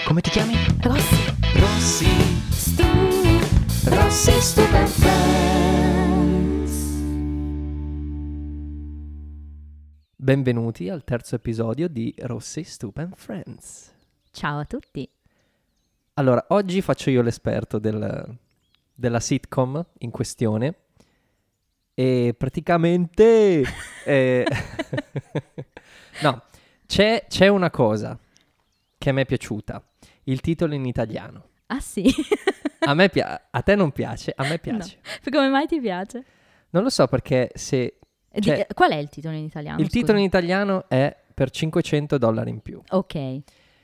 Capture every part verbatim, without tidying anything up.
Come ti chiami? Rossi. Rossi. Stu. Rossi Stupid Friends. Benvenuti al terzo episodio di Rossi Stupid Friends. Ciao a tutti. Allora, oggi faccio io l'esperto del, della sitcom in questione e praticamente... eh, no, c'è, c'è una cosa che a me è piaciuta, il titolo in italiano. Ah sì? A me pia- a te non piace, a me piace. No. Come mai ti piace? Non lo so perché se... Di- Cioè, qual è il titolo in italiano? il scusa? titolo in italiano è per cinquecento dollari in più. Ok. E,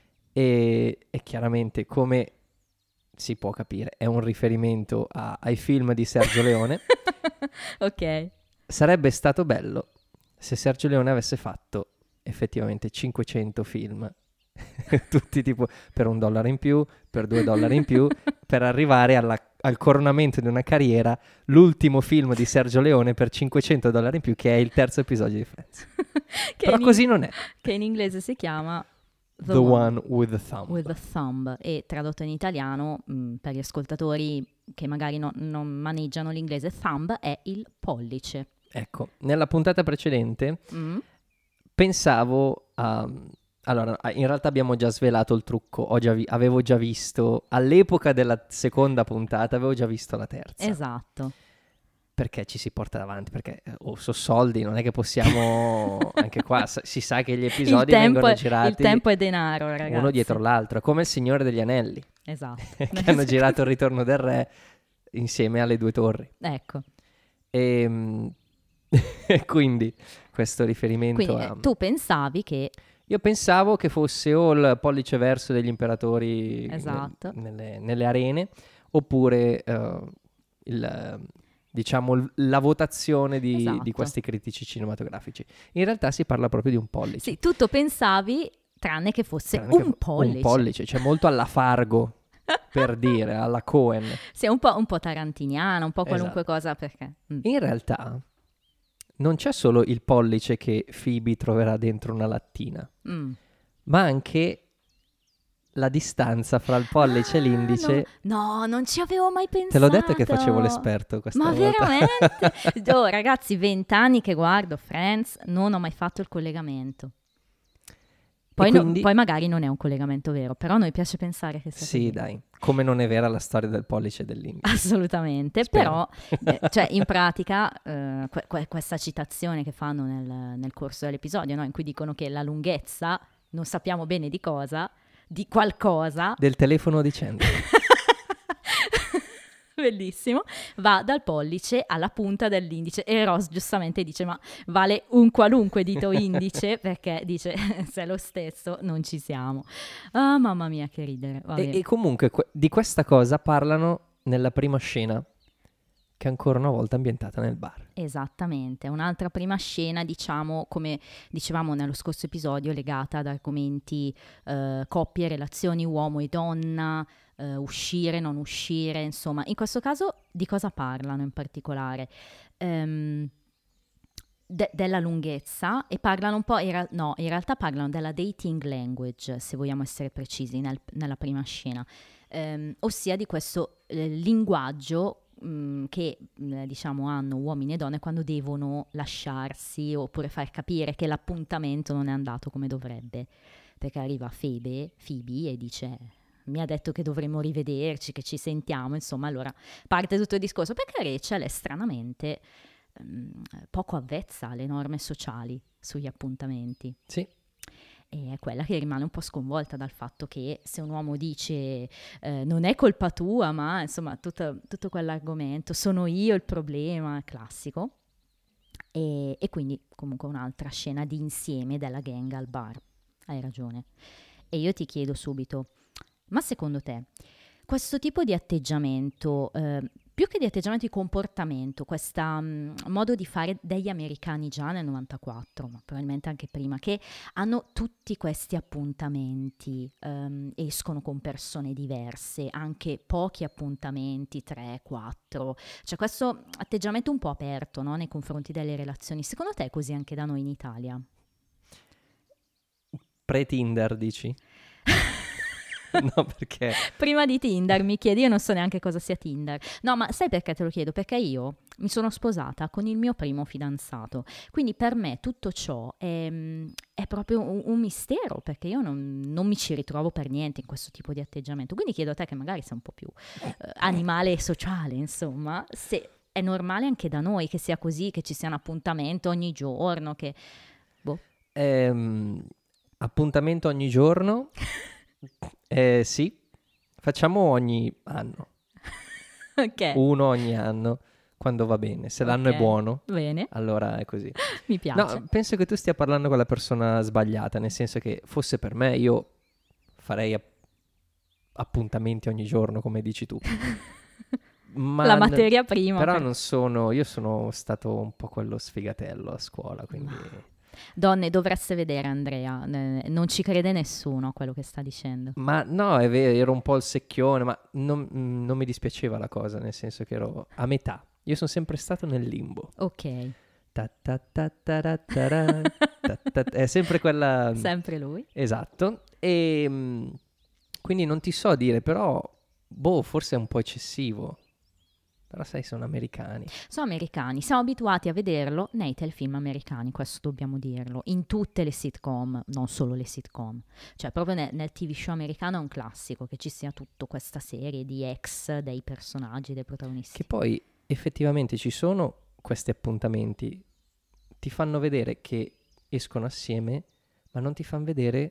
e chiaramente, come si può capire, è un riferimento a- ai film di Sergio Leone. Ok. Sarebbe stato bello se Sergio Leone avesse fatto effettivamente cinquecento film, tutti tipo per un dollaro in più, per due dollari in più, per arrivare alla- al coronamento di una carriera, l'ultimo film di Sergio Leone per cinquecento dollari in più, che è il terzo episodio di Friends. Che Però in- così non è. Che in inglese si chiama The, one, with the thumb. with the Thumb e tradotto in italiano, mh, per gli ascoltatori che magari no- non maneggiano l'inglese, thumb è il pollice. Ecco, nella puntata precedente Mm? pensavo a... Allora, in realtà abbiamo già svelato il trucco. Ho già vi- avevo già visto, all'epoca della seconda puntata, avevo già visto la terza. Esatto. Perché ci si porta davanti? Perché oh, so soldi, non è che possiamo... Anche qua s- si sa che gli episodi il tempo, vengono è- girati il tempo è denaro, ragazzi. uno dietro l'altro. È come il Signore degli Anelli, Esatto. che hanno girato il Ritorno del Re insieme alle due torri. Ecco. E quindi questo riferimento Quindi a... eh, tu pensavi che... Io pensavo che fosse o il pollice verso degli imperatori ne- Esatto. nelle, nelle arene, oppure eh, il, diciamo, il- la votazione di, Esatto. di questi critici cinematografici. In realtà si parla proprio di un pollice. Sì, tutto pensavi, tranne che fosse Tranne che un fo- pollice. Un pollice, cioè molto alla Fargo, per dire, alla Cohen. Sì, un po', un po' tarantiniana, un po' qualunque Esatto. cosa, perché... mm. In realtà non c'è solo il pollice che Phoebe troverà dentro una lattina, Mm. ma anche la distanza fra il pollice e Ah, l'indice. No, no, non ci avevo mai pensato. Te l'ho detto che facevo l'esperto questa Ma volta. veramente? Oh, ragazzi, vent'anni che guardo Friends, non ho mai fatto il collegamento. Poi, E no- quindi- poi magari non è un collegamento vero, però a noi piace pensare che sia Sì, così. dai, come non è vera la storia del pollice e dell'indice. Assolutamente, Spero. però eh, cioè, in pratica eh, que- que- questa citazione che fanno nel, nel corso dell'episodio, no? In cui dicono che la lunghezza, non sappiamo bene di cosa, di qualcosa, Del telefono di Chandler. bellissimo, va dal pollice alla punta dell'indice e Ross giustamente dice ma vale un qualunque dito indice perché dice se è lo stesso non ci siamo. Ah, mamma mia che ridere. Va E, bene. e comunque que- di questa cosa parlano nella prima scena, che è ancora una volta ambientata nel bar. Esattamente, un'altra prima scena, diciamo, come dicevamo nello scorso episodio, legata ad argomenti eh, coppie, relazioni uomo e donna, eh, uscire, non uscire, insomma. In questo caso di cosa parlano in particolare? Ehm, de- della lunghezza e parlano un po', in rea- no, in realtà parlano della dating language, se vogliamo essere precisi, nel- nella prima scena, Ehm, ossia di questo eh, linguaggio mh, che mh, diciamo hanno uomini e donne quando devono lasciarsi oppure far capire che l'appuntamento non è andato come dovrebbe, perché arriva Phoebe, Phoebe e dice mi ha detto che dovremmo rivederci, che ci sentiamo, insomma, allora parte tutto il discorso, perché Rachel è stranamente mh, poco avvezza alle norme sociali sugli appuntamenti. Sì. E è quella che rimane un po' sconvolta dal fatto che se un uomo dice eh, non è colpa tua, ma insomma tutto, tutto quell'argomento, sono io il problema, classico. E, e quindi comunque un'altra scena di insieme della gang al bar. Hai ragione. E io ti chiedo subito, ma secondo te questo tipo di atteggiamento, eh, più che di atteggiamento di comportamento, questo modo di fare degli americani già nel novantaquattro, ma probabilmente anche prima, che hanno tutti questi appuntamenti, ehm, escono con persone diverse, anche pochi appuntamenti, tre, quattro, cioè questo atteggiamento un po' aperto, no, nei confronti delle relazioni, secondo te è così anche da noi in Italia? Pre-Tinder, dici? No, perché? Prima di Tinder mi chiedi, io non so neanche cosa sia Tinder. No, ma sai perché te lo chiedo? Perché io mi sono sposata con il mio primo fidanzato, quindi per me tutto ciò è, è proprio un, un mistero, perché io non, non mi ci ritrovo per niente in questo tipo di atteggiamento. Quindi chiedo a te, che magari sei un po' più eh, animale e sociale, insomma, se è normale anche da noi che sia così, che ci sia un appuntamento ogni giorno, che... Boh. Ehm, appuntamento ogni giorno? Eh, sì, facciamo ogni anno. Ok. Uno ogni anno, quando va bene. Se l'anno Ok. è buono, Bene, allora è così. mi piace. No, penso che tu stia parlando con la persona sbagliata, nel senso che fosse per me io farei app- appuntamenti ogni giorno, come dici tu. Ma La n- materia prima. Però per- non sono, io sono stato un po' quello sfigatello a scuola, quindi... Donne, dovreste vedere Andrea, eh, non ci crede nessuno a quello che sta dicendo. Ma no, è vero, ero un po' il secchione, ma non, mm, non mi dispiaceva la cosa, nel senso che ero a metà. Io sono sempre stato nel limbo. Ok, Ta ta ta ta ra ta ra, ta ta ta- È sempre quella... sempre lui. Esatto. E mm, quindi non ti so dire, però, boh, forse è un po' eccessivo. Però sai, sono americani. Sono americani, siamo abituati a vederlo nei telefilm americani, questo dobbiamo dirlo, in tutte le sitcom, non solo le sitcom. Cioè proprio nel, nel T V show americano è un classico che ci sia tutta questa serie di ex dei personaggi, dei protagonisti. Che poi effettivamente ci sono questi appuntamenti, ti fanno vedere che escono assieme, ma non ti fanno vedere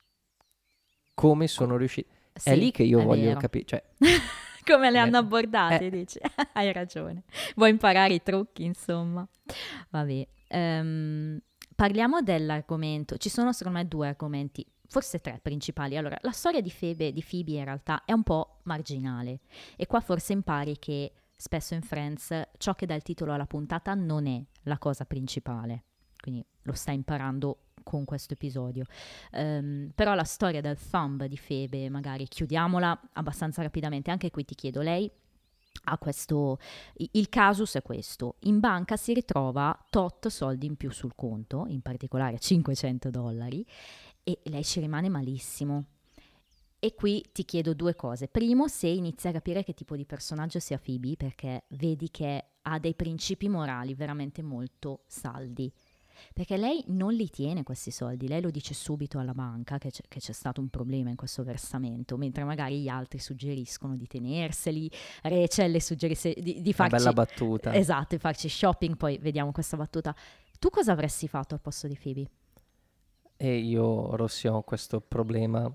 come sono riusciti. Sì, È lì che io è voglio vero. capire. Cioè, Come le Eh, hanno abbordate, eh. dici? Hai ragione. Vuoi imparare i trucchi, insomma. Vabbè. ehm, parliamo dell'argomento. Ci sono secondo me due argomenti, forse tre principali. Allora, la storia di Phoebe, di Phoebe in realtà è un po' marginale. E qua forse impari che spesso in Friends ciò che dà il titolo alla puntata non è la cosa principale. Quindi lo stai imparando con questo episodio. Ehm, però la storia del thumb di Phoebe, magari chiudiamola abbastanza rapidamente. Anche qui ti chiedo, lei ha questo, i- il casus è questo: in banca si ritrova tot soldi in più sul conto, in particolare cinquecento dollari, e lei ci rimane malissimo. E qui ti chiedo due cose. Primo, se inizi a capire che tipo di personaggio sia Phoebe, perché vedi che ha dei principi morali veramente molto saldi. Perché lei non li tiene questi soldi, lei lo dice subito alla banca che c'è, che c'è stato un problema in questo versamento, mentre magari gli altri suggeriscono di tenerseli, Rachel le suggerisce di, di Una farci... bella battuta. Esatto, di farci shopping, poi vediamo questa battuta. Tu cosa avresti fatto al posto di Phoebe? E io, Rossi, ho questo problema.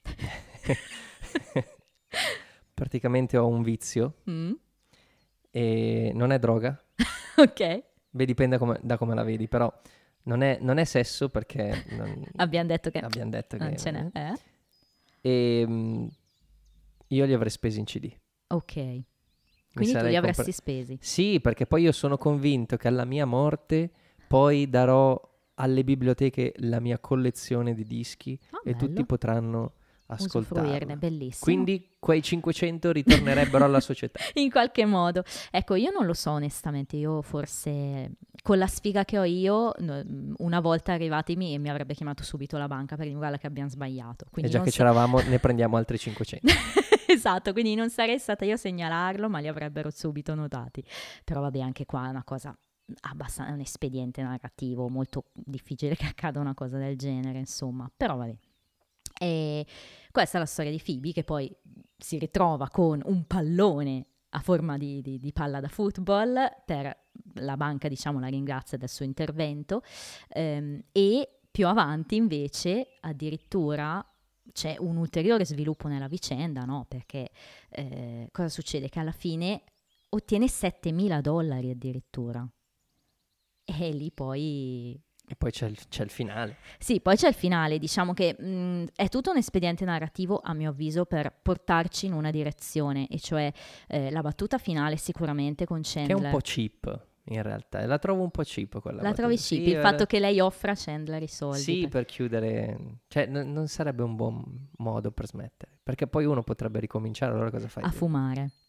Praticamente ho un vizio Mm? e non è droga. Ok, Beh, dipende come- da come la vedi, però non è, non è sesso perché non- abbiamo detto che abbiamo detto non che... ce n'è. Eh? E mm, io li avrei spesi in C D. Ok, Mi quindi tu sarei li compra- avresti spesi. Sì, perché poi io sono convinto che alla mia morte poi darò alle biblioteche la mia collezione di dischi Ah, e tutti bello. potranno Usufruirne, ascoltarla. bellissimo. Quindi quei cinquecento ritornerebbero alla società. In qualche modo. Ecco, io non lo so onestamente, io forse con la sfiga che ho io, no, una volta arrivatemi mi avrebbe chiamato subito la banca per dire guarda che abbiamo sbagliato. E Quindi già non che so- c'eravamo ne prendiamo altri cinquecento. Esatto, quindi non sarei stata io a segnalarlo, ma li avrebbero subito notati. Però vabbè, anche qua è una cosa abbastanza, è un espediente narrativo, molto difficile che accada una cosa del genere, insomma. Però vabbè. E questa è la storia di Phoebe che poi si ritrova con un pallone a forma di, di- di palla da football per la banca, diciamo, la ringrazia del suo intervento, ehm, e più avanti invece addirittura c'è un ulteriore sviluppo nella vicenda, no? Perché eh, cosa succede? Che alla fine ottiene settemila dollari addirittura. E lì poi E poi c'è il, c'è il finale. sì, poi c'è il finale, diciamo che mh, è tutto un espediente narrativo, a mio avviso, per portarci in una direzione, e cioè eh, la battuta finale sicuramente con Che è Chandler. un po' cheap, in realtà. E la trovo un po' cheap quella La battuta. trovi cheap, Sì, il eh, fatto che lei offra a Chandler i soldi. Sì, per- per chiudere... Cioè, n- non sarebbe un buon modo per smettere. Perché poi uno potrebbe ricominciare, allora cosa fai? a fumare. Eh.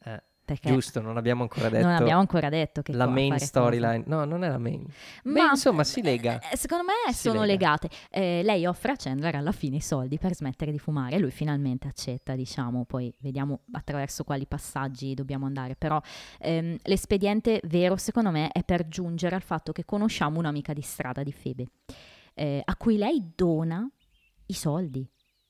Perché Giusto, non abbiamo ancora detto. non abbiamo ancora detto che la co- main fare storyline. No, non è la main. cosa. Beh, Ma insomma, si lega. eh, secondo me Si sono lega. legate. Eh, lei offre a Chandler alla fine i soldi per smettere di fumare. Lui finalmente accetta, diciamo. Poi vediamo attraverso quali passaggi dobbiamo andare. Però ehm, l'espediente vero, secondo me, è per giungere al fatto che conosciamo un'amica di strada di Phoebe, eh, a cui lei dona i soldi.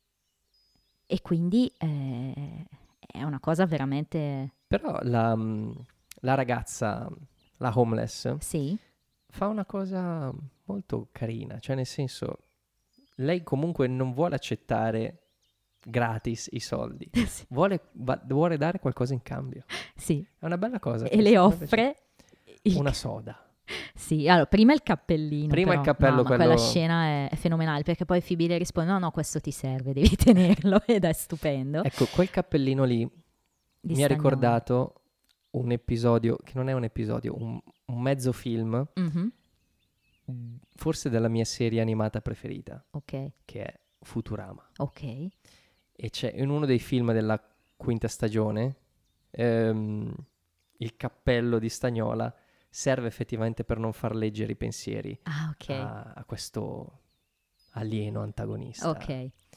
E quindi eh, è una cosa veramente... Però la, la ragazza, la homeless, Sì, fa una cosa molto carina. Cioè, nel senso, lei comunque non vuole accettare gratis i soldi. sì, Vuole, va- vuole dare qualcosa in cambio. sì. È una bella cosa. E le questa, a me piace. offre... il- Una soda. Sì, allora, prima il cappellino, Prima però. il cappello, No, ma quello- quella scena è, è fenomenale, perché poi Phoebe le risponde, no, no, questo ti serve, devi tenerlo, ed è stupendo. Ecco, quel cappellino lì Di mi ha Stagnolo. ricordato un episodio, che non è un episodio, un, un mezzo film, Mhm, forse della mia serie animata preferita, ok, che è Futurama. ok. E c'è in uno dei film della quinta stagione, ehm, il cappello di Stagnola serve effettivamente per non far leggere i pensieri Ah, ok, a, a questo alieno antagonista. ok.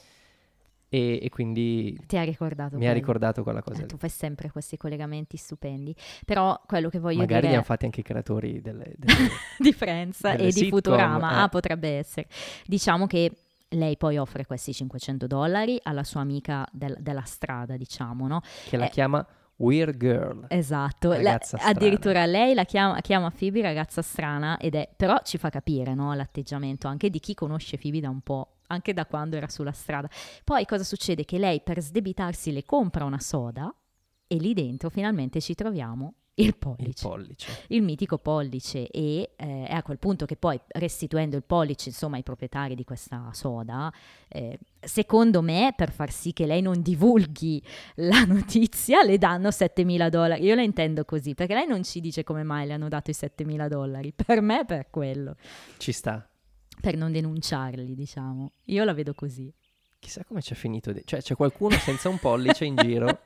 E, e quindi Ti ha ricordato mi ha quello. ricordato quella cosa Eh, lì. tu fai sempre questi collegamenti stupendi. Però quello che voglio Magari li dire hanno fatti anche i creatori delle... delle- di Friends delle e di sitcom, Futurama, eh. ah, potrebbe essere. Diciamo che lei poi offre questi cinquecento dollari alla sua amica del- della strada, diciamo, no? che la Eh, chiama Weird Girl. Esatto, la- Ragazza strana. addirittura lei la chiama, chiama Phoebe ragazza strana, ed è, però ci fa capire, no, l'atteggiamento anche di chi conosce Phoebe da un po', anche da quando era sulla strada. Poi cosa succede? Che lei per sdebitarsi le compra una soda e lì dentro finalmente ci troviamo il Il pollice. pollice. Il mitico pollice, e eh, è a quel punto che poi, restituendo il pollice insomma ai proprietari di questa soda, eh, secondo me, per far sì che lei non divulghi la notizia, le danno settemila dollari. Io la intendo così, perché lei non ci dice come mai le hanno dato i settemila dollari. Per me è per quello, Ci sta. per non denunciarli, diciamo. Io la vedo così. Chissà come c'è finito. di- Cioè, c'è qualcuno senza un pollice in giro.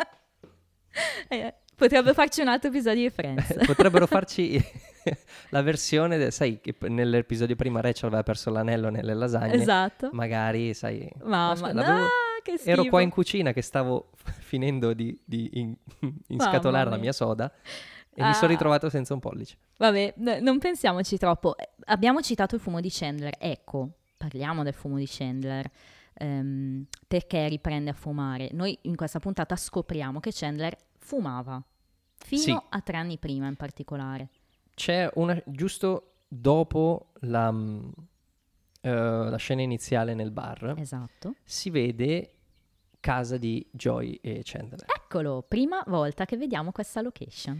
Eh, potrebbe farci un altro episodio di Friends. Potrebbero farci la versione, de- sai, che p- nell'episodio prima Rachel aveva perso l'anello nelle lasagne. Esatto. Magari, sai... Mamma, Aspetta, no, l'avevo- che schifo. Ero qua in cucina che stavo finendo di, di in- inscatolare la mia. mia soda e mi Ah. sono ritrovato senza un pollice. Vabbè, n- non pensiamoci troppo. Eh, Abbiamo citato il fumo di Chandler. Ecco, parliamo del fumo di Chandler. Ehm, perché riprende a fumare? Noi in questa puntata scopriamo che Chandler fumava. Fino Sì. a tre anni prima in particolare. C'è una... giusto dopo la, mm, eh, la scena iniziale nel bar, Esatto. si vede casa di Joy e Chandler. Eccolo, prima volta che vediamo questa location.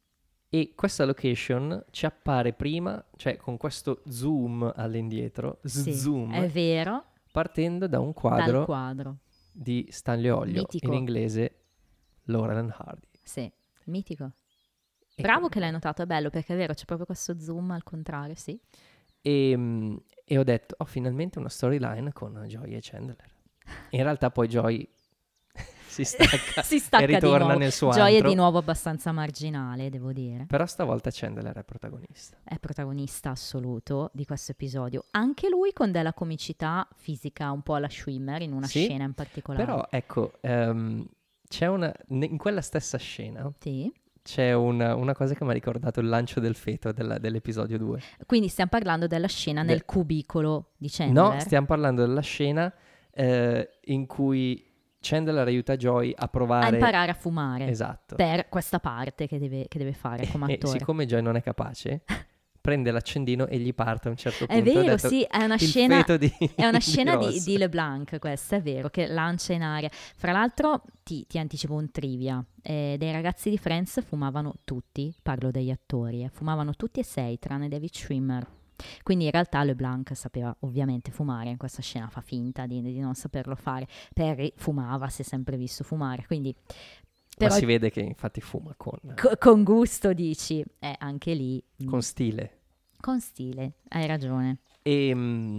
E questa location ci appare prima, cioè con questo zoom all'indietro, Sì, zoom, è vero, partendo da un dal quadro quadro. di Stanley Olio, Mitico. in inglese Laurel and Hardy. Sì, mitico. E Bravo quindi- che l'hai notato, è bello, perché è vero, c'è proprio questo zoom al contrario, sì. E, mm, e ho detto, ho finalmente una storyline con Joy e Chandler. In realtà poi Joy si stacca, si stacca e ritorna di nuovo. nel suo Joy è antro. di nuovo abbastanza marginale, devo dire. Però stavolta Chandler è protagonista. È protagonista assoluto di questo episodio. Anche lui con della comicità fisica un po' alla Schwimmer in una Sì, scena in particolare. Però ecco, ehm, c'è una... ne- in quella stessa scena Sì. c'è una, una cosa che mi ha ricordato il lancio del feto della- dell'episodio due. Quindi stiamo parlando della scena Del- nel cubicolo di Chandler. No, stiamo parlando della scena eh, in cui Chandler aiuta Joy a a provare... imparare a fumare Esatto. per questa parte che deve, che deve fare come E attore. siccome Joy non è capace, prende l'accendino e gli parte a un certo punto. È Ho vero, detto, sì, è una il scena, feto di, è una scena di, Ross. di LeBlanc, questa, è vero, che lancia in aria. Fra l'altro, ti, ti anticipo un trivia, eh, dei ragazzi di Friends fumavano tutti, parlo degli attori, eh, fumavano tutti e sei, tranne David Schwimmer. Quindi in realtà LeBlanc sapeva ovviamente fumare, in questa scena fa finta di, di non saperlo fare. Perry fumava, si è sempre visto fumare, quindi... Ma Però si vede che infatti fuma con, co- con gusto dici, eh, anche lì, mm, con stile. con stile, hai ragione. E, mm,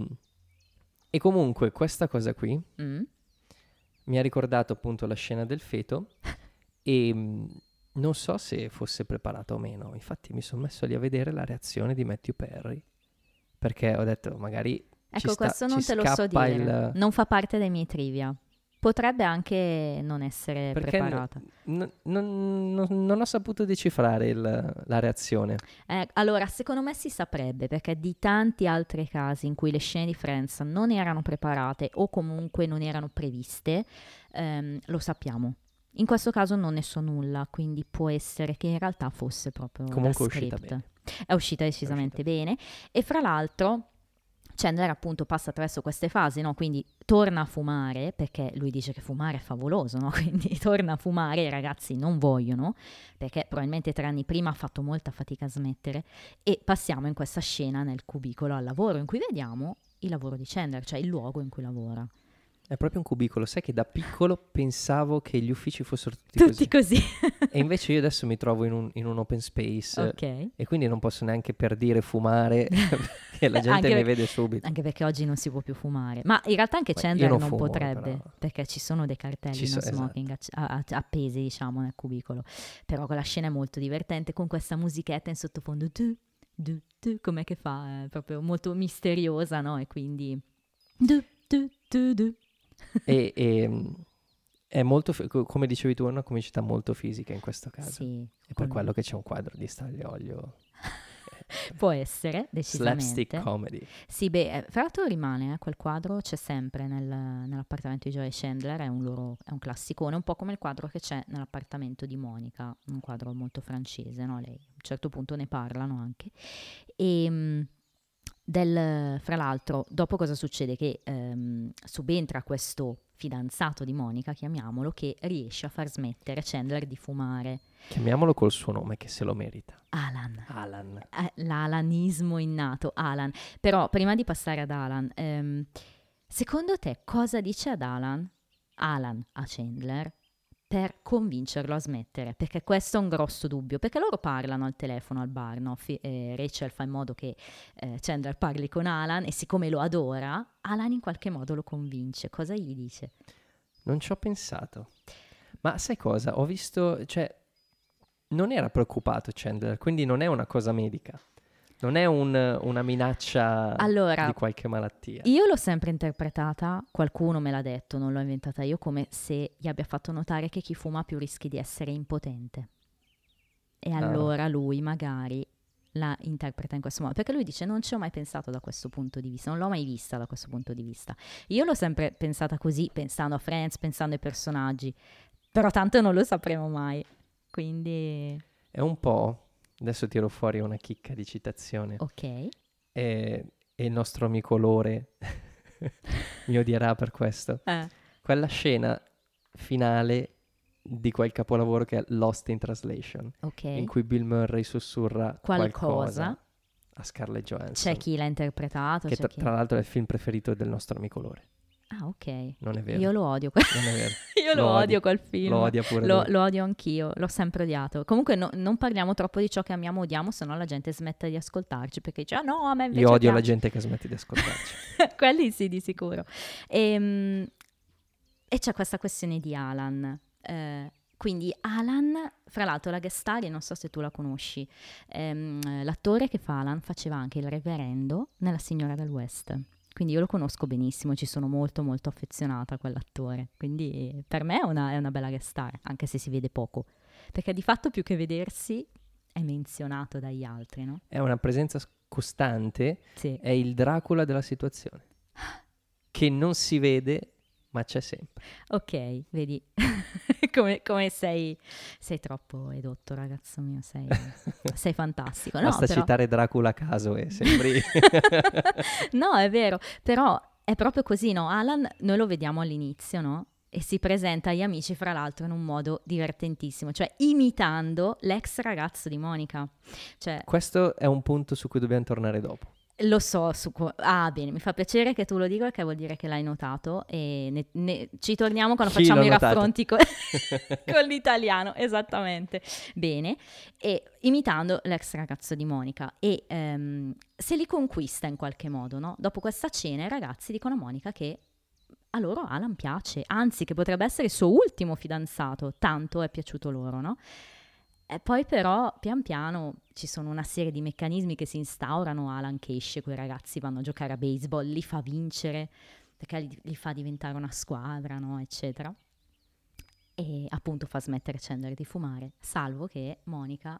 e comunque questa cosa qui Mm. mi ha ricordato appunto la scena del feto e mm, non so se fosse preparato o meno. Infatti mi sono messo lì a vedere la reazione di Matthew Perry, perché ho detto magari ci Ecco, sta, questo non ci te lo so scappa dire, il... non fa parte dei miei trivia. Potrebbe anche non essere Perché preparata. n- non, non- non ho saputo decifrare il- la reazione. Eh, allora, secondo me si saprebbe, perché di tanti altri casi in cui le scene di Friends non erano preparate o comunque non erano previste, ehm, lo sappiamo. In questo caso non ne so nulla, quindi può essere che in realtà fosse proprio Comunque da è uscita script. bene. È uscita decisamente bene. E fra l'altro Chandler appunto passa attraverso queste fasi, no? Quindi torna a fumare, perché lui dice che fumare è favoloso, no? Quindi torna a fumare, i ragazzi non vogliono, perché probabilmente tre anni prima ha fatto molta fatica a smettere, e passiamo in questa scena nel cubicolo al lavoro, in cui vediamo il lavoro di Chandler, cioè il luogo in cui lavora. È proprio un cubicolo. Sai che da piccolo pensavo che gli uffici fossero tutti, Tutti così. così. E invece io adesso mi trovo in un, in un open space Ok. e quindi non posso neanche per dire fumare perché la gente Anche mi per- vede subito. Anche perché oggi non si può più fumare. Ma in realtà anche Ma Chandler io non non fumo, potrebbe, però. perché ci sono dei cartelli Ci no so- smoking acc- a- a- appesi, diciamo, nel cubicolo. Però quella scena è molto divertente, con questa musichetta in sottofondo. Du, du, du, com'è che fa? È proprio molto misteriosa, no? E quindi... Du, du, du, du. E, e, mh, è molto, fi- co- come dicevi tu, è una comicità molto fisica in questo caso. Sì, È per con- quello che c'è un quadro di Stagliolio. può essere, decisamente. Slapstick comedy. Sì, beh, eh, fra l'altro rimane, eh, quel quadro c'è sempre nel- nell'appartamento di Joey Chandler, è un, loro, è un classicone, un po' come il quadro che c'è nell'appartamento di Monica, un quadro molto francese, no? Lei a un certo punto ne parlano anche. E mh, del, fra l'altro, dopo cosa succede? Che ehm, subentra questo fidanzato di Monica, chiamiamolo, che riesce a far smettere Chandler di fumare. Chiamiamolo col suo nome che se lo merita. Alan. Alan. Eh, l'alanismo innato, Alan. Però prima di passare ad Alan, ehm, secondo te cosa dice ad Alan, Alan a Chandler, per convincerlo a smettere? Perché questo è un grosso dubbio, perché loro parlano al telefono al bar, no? Fi- eh, Rachel fa in modo che eh, Chandler parli con Alan e siccome lo adora, Alan in qualche modo lo convince. Cosa gli dice? Non ci ho pensato. Ma sai cosa? Ho visto, cioè, non era preoccupato Chandler, quindi non è una cosa medica. Non è un- una minaccia Allora, di qualche malattia. io l'ho sempre interpretata, qualcuno me l'ha detto, non l'ho inventata io, come se gli abbia fatto notare che chi fuma ha più rischi di essere impotente. E Ah. allora lui magari la interpreta in questo modo, perché lui dice non ci ho mai pensato da questo punto di vista, non l'ho mai vista da questo punto di vista. Io l'ho sempre pensata così, pensando a Friends, pensando ai personaggi, però tanto non lo sapremo mai. Quindi, È un po', adesso tiro fuori una chicca di citazione, ok. e, e il nostro amico Lore mi odierà per questo. Eh, Quella scena finale di quel capolavoro che è Lost in Translation, ok. in cui Bill Murray sussurra Qualcosa. qualcosa a Scarlett Johansson, C'è chi l'ha interpretato, che c'è tra, chi... tra l'altro è il film preferito del nostro amico Lore. Ah, ok. Non è vero. Io lo odio. que- Non è vero. Io lo, Lo odio odia. quel film. Lo odia pure Lo, lui. lo odio anch'io, l'ho sempre odiato. Comunque no- non parliamo troppo di ciò che amiamo o odiamo, se no la gente smette di ascoltarci, perché dice, ah no, a me invece Io odio la piace." gente che smette di ascoltarci. Quelli sì, di sicuro. Ehm, E, c'è questa questione di Alan. Eh, quindi Alan, fra l'altro la guest star, non so se tu la conosci, ehm, l'attore che fa Alan faceva anche il reverendo nella Signora del West. Quindi io lo conosco benissimo, ci sono molto molto affezionata a quell'attore. Quindi per me è una, è una bella guest star, anche se si vede poco. Perché di fatto più che vedersi è menzionato dagli altri, no? È una presenza s- costante, Sì. è il Dracula della situazione, che non si vede, ma c'è sempre. Ok, vedi come, come sei, sei troppo edotto, ragazzo mio, sei, sei fantastico. No, Basta però- citare Dracula a caso e sembri... no, è vero, però è proprio così, no? Alan, noi lo vediamo all'inizio, no? E si presenta agli amici, fra l'altro, in un modo divertentissimo, cioè imitando l'ex ragazzo di Monica. Cioè, Questo è un punto su cui dobbiamo tornare dopo. lo so, su co- ah bene, mi fa piacere che tu lo dica perché vuol dire che l'hai notato e ne- ne- ci torniamo quando Sì, facciamo l'ho i notato. raffronti co- con l'italiano, esattamente. Bene, e imitando l'ex ragazzo di Monica e ehm, se li conquista in qualche modo, no? Dopo questa cena i ragazzi dicono a Monica che a loro Alan piace, anzi che potrebbe essere il suo ultimo fidanzato, tanto è piaciuto loro, no? E poi però pian piano ci sono una serie di meccanismi che si instaurano. Alan che esce, quei ragazzi vanno a giocare a baseball, li fa vincere perché li, li fa diventare una squadra, no? Eccetera. E appunto fa smettere Chandler di fumare, salvo che Monica...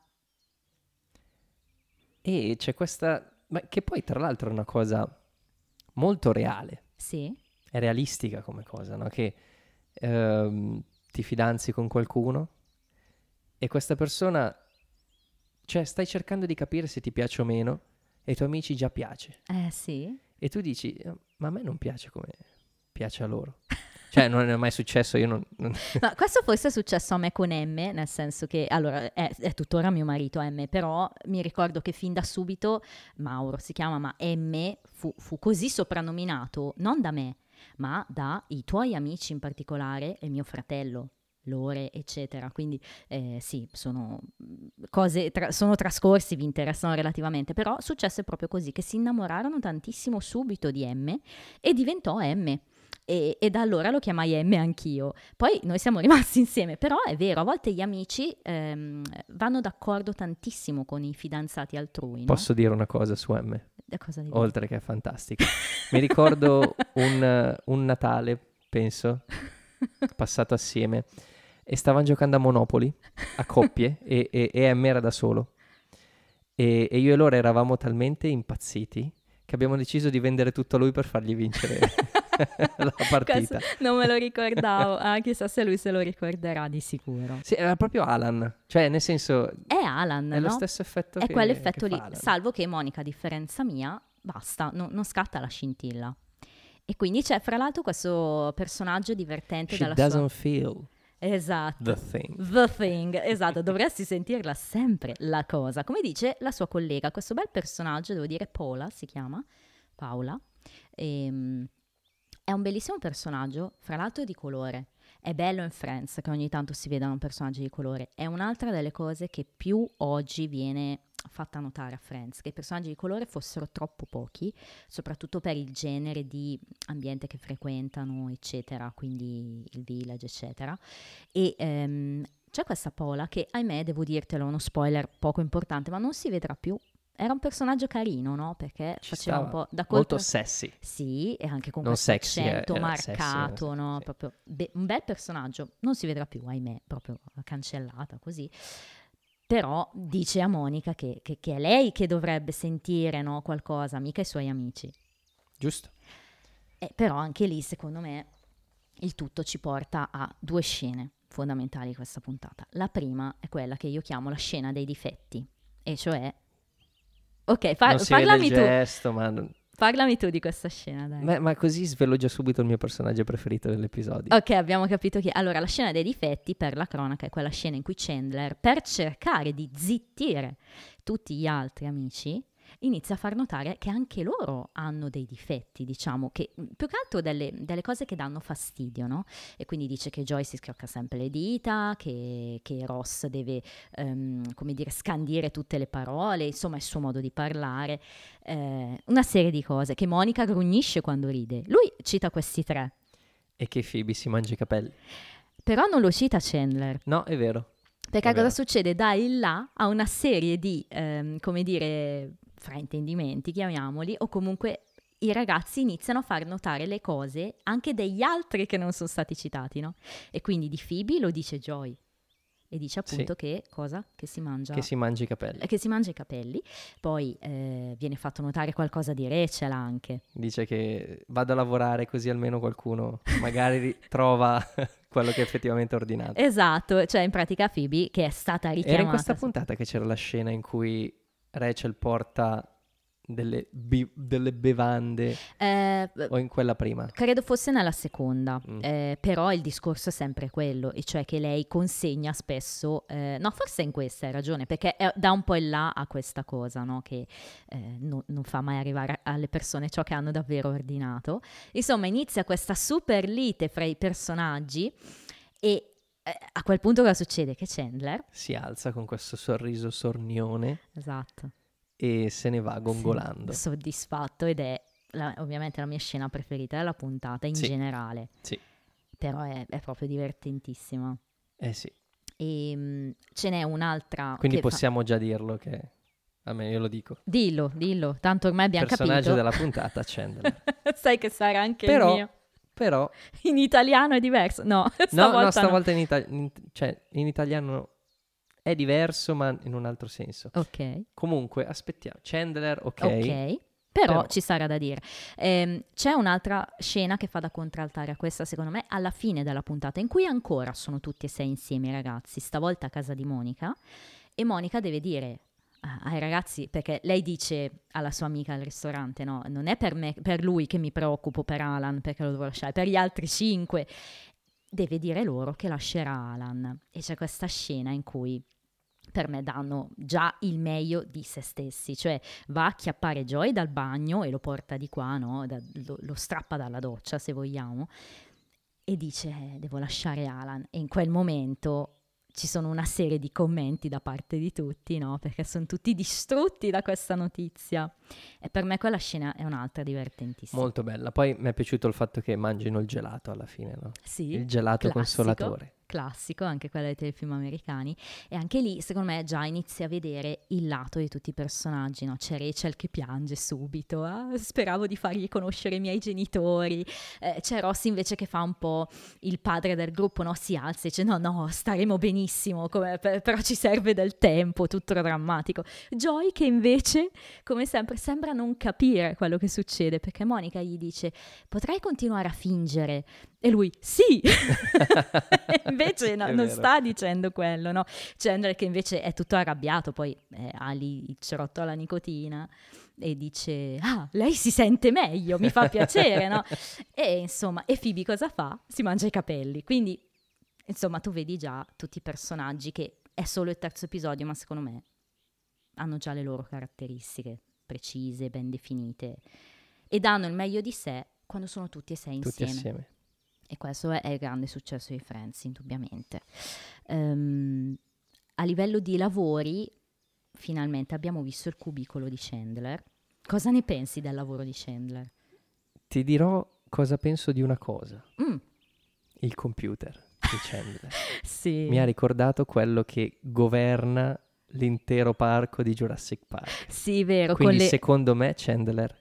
E c'è questa... ma che poi tra l'altro è una cosa molto reale. Sì. È realistica come cosa, no? Che ehm, ti fidanzi con qualcuno e questa persona, cioè stai cercando di capire se ti piace o meno e ai tuoi amici già piace. Eh sì. E tu dici, "Eh, ma a me non piace come piace a loro." Cioè non è mai successo, io non... non... No, questo forse è successo a me con M, nel senso che, allora, è, è tuttora mio marito M, però mi ricordo che fin da subito, Mauro si chiama, ma M fu, fu così soprannominato, non da me, ma dai tuoi amici in particolare e mio fratello, Lore, eccetera. Quindi eh, sì, sono cose, tra- sono trascorsi, vi interessano relativamente, però successe proprio così, che si innamorarono tantissimo subito di M e diventò M. E, e da allora lo chiamai M anch'io. Poi noi siamo rimasti insieme, però è vero, a volte gli amici ehm, vanno d'accordo tantissimo con i fidanzati altrui, no? Posso dire una cosa su M? Da cosa devi Oltre che è fantastica. Mi ricordo un, un Natale, penso, passato assieme, e stavano giocando a Monopoli, a coppie, e, e, e M era da solo. E, e io e loro eravamo talmente impazziti che abbiamo deciso di vendere tutto a lui per fargli vincere la partita. Questo non me lo ricordavo, ah, chissà se lui se lo ricorderà di sicuro. Sì, era proprio Alan, cioè nel senso... È Alan, È no? lo stesso effetto È che quell'effetto che lì, fa Alan. salvo che Monica, a differenza mia, basta, no- non scatta la scintilla. E quindi c'è fra l'altro questo personaggio divertente She dalla doesn't sua... feel Esatto. the thing. The thing, esatto, dovresti sentirla sempre la cosa. Come dice la sua collega, questo bel personaggio, devo dire Paula si chiama, Paola, ehm, è un bellissimo personaggio, fra l'altro di colore. È bello in Friends che ogni tanto si vedano personaggi di colore. È un'altra delle cose che più oggi viene fatta notare a Friends, che i personaggi di colore fossero troppo pochi, soprattutto per il genere di ambiente che frequentano, eccetera, quindi il village, eccetera. E ehm, c'è questa Paula che, ahimè, devo dirtelo, uno spoiler poco importante, ma non si vedrà più. Era un personaggio carino, no? Perché Ci faceva un stava. po' da Molto colpo. sexy. Sì, e anche con Non questo sexy, accento era sexy, marcato, era no? sexy. Proprio be- un bel personaggio. Non si vedrà più, ahimè, proprio cancellata così. Però dice a Monica che, che- che è lei che dovrebbe sentire, no, qualcosa, mica i suoi amici. Giusto? Eh, però anche lì, secondo me, il tutto ci porta a due scene fondamentali di questa puntata. La prima è quella che io chiamo la scena dei difetti, e cioè... Ok, fa- non si vede parlami il tu. gesto, ma... non- Parlami tu di questa scena, dai. ma... ma così svelo già subito il mio personaggio preferito dell'episodio. Ok, abbiamo capito che... Allora, la scena dei difetti, per la cronaca, è quella scena in cui Chandler, per cercare di zittire tutti gli altri amici, inizia a far notare che anche loro hanno dei difetti, diciamo, che più che altro delle, delle cose che danno fastidio, no? E quindi dice che Joy si schiocca sempre le dita, che, che Ross deve, ehm, come dire, scandire tutte le parole, insomma il suo modo di parlare, eh, una serie di cose, che Monica grugnisce quando ride. Lui cita questi tre, E che Phoebe si mangia i capelli. però non lo cita Chandler. No, è vero. Perché È cosa vero. succede? Da in là a una serie di, ehm, come dire, fraintendimenti, chiamiamoli, o comunque i ragazzi iniziano a far notare le cose anche degli altri che non sono stati citati, no? E quindi di Phoebe lo dice Joy. E dice appunto Sì. che cosa? Che si mangia... Che si mangia i capelli. che si mangia i capelli. Poi eh, viene fatto notare qualcosa di Rachel anche. Dice che vado a lavorare così almeno qualcuno magari ri- trova quello che effettivamente ha ordinato. Esatto, cioè in pratica Phoebe che è stata richiamata... Era in questa puntata che c'era la scena in cui Rachel porta delle, bi- delle bevande, Eh, o in quella prima? Credo fosse nella seconda, Mm. eh, però il discorso è sempre quello, e cioè che lei consegna spesso, eh, no forse in questa hai ragione, perché è, da un po' in là a questa cosa, no? Che eh, no- non fa mai arrivare alle persone ciò che hanno davvero ordinato. Insomma inizia questa super lite fra i personaggi e eh, a quel punto cosa succede? Che Chandler, Si alza con questo sorriso sornione esatto, e se ne va gongolando. sì, soddisfatto, ed è la- ovviamente la mia scena preferita della puntata in Sì. generale. Sì. Però è, è proprio divertentissima. Eh sì. E mh, ce n'è un'altra. Quindi che fa- possiamo già dirlo che... A me io lo dico. Dillo, dillo, tanto ormai abbiamo Personaggio capito. della puntata, Chandler. Sai che sarà anche Però- il mio. Però... In italiano è diverso. No, No, stavolta no, stavolta in, ita- in- cioè, in italiano è diverso, ma in un altro senso. Ok. Comunque, aspettiamo. Chandler, ok. Ok, però, Però- ci sarà da dire. Ehm, c'è un'altra scena che fa da contraltare a questa, secondo me, alla fine della puntata, in cui ancora sono tutti e sei insieme i ragazzi, stavolta a casa di Monica, e Monica deve dire ah, ai ragazzi, perché lei dice alla sua amica al ristorante, no, non è per me, per lui che mi preoccupo, per Alan, perché lo devo lasciare, per gli altri cinque, deve dire loro che lascerà Alan. E c'è questa scena in cui per me danno già il meglio di se stessi, cioè va a chiappare Joey dal bagno e lo porta di qua, no? Da- lo, lo strappa dalla doccia, se vogliamo, e dice eh, devo lasciare Alan. E in quel momento ci sono una serie di commenti da parte di tutti, no? Perché sono tutti distrutti da questa notizia. E per me quella scena è un'altra divertentissima. Molto bella. Poi mi è piaciuto il fatto che mangino il gelato alla fine, no? Sì, Il gelato classico. consolatore. Classico, anche quella dei telefilm americani, e anche lì secondo me già inizi a vedere il lato di tutti i personaggi, no? C'è Rachel che piange subito, ah, speravo di fargli conoscere i miei genitori, eh, c'è Ross invece che fa un po' il padre del gruppo, no? Si alza e dice no no staremo benissimo, come, per, però ci serve del tempo, tutto drammatico. Joy che invece come sempre sembra non capire quello che succede, perché Monica gli dice potrai continuare a fingere, e lui sì. Invece Sì, no, è non vero. sta dicendo quello, no? Chandler che invece è tutto arrabbiato, poi eh, ha lì il cerotto alla nicotina e dice ah, lei si sente meglio, mi fa piacere, no? E insomma, e Phoebe cosa fa? Si mangia i capelli, quindi insomma tu vedi già tutti i personaggi che è solo il terzo episodio, ma secondo me hanno già le loro caratteristiche precise, ben definite, e danno il meglio di sé quando sono tutti e sei Tutti insieme. assieme. E questo è, è il grande successo di Friends, indubbiamente. Ehm, a livello di lavori, finalmente abbiamo visto il cubicolo di Chandler. Cosa ne pensi del lavoro di Chandler? Ti dirò cosa penso di una cosa. Mm, Il computer di Chandler. sì. Mi ha ricordato quello che governa l'intero parco di Jurassic Park. Sì, vero. Quindi con le... secondo me Chandler...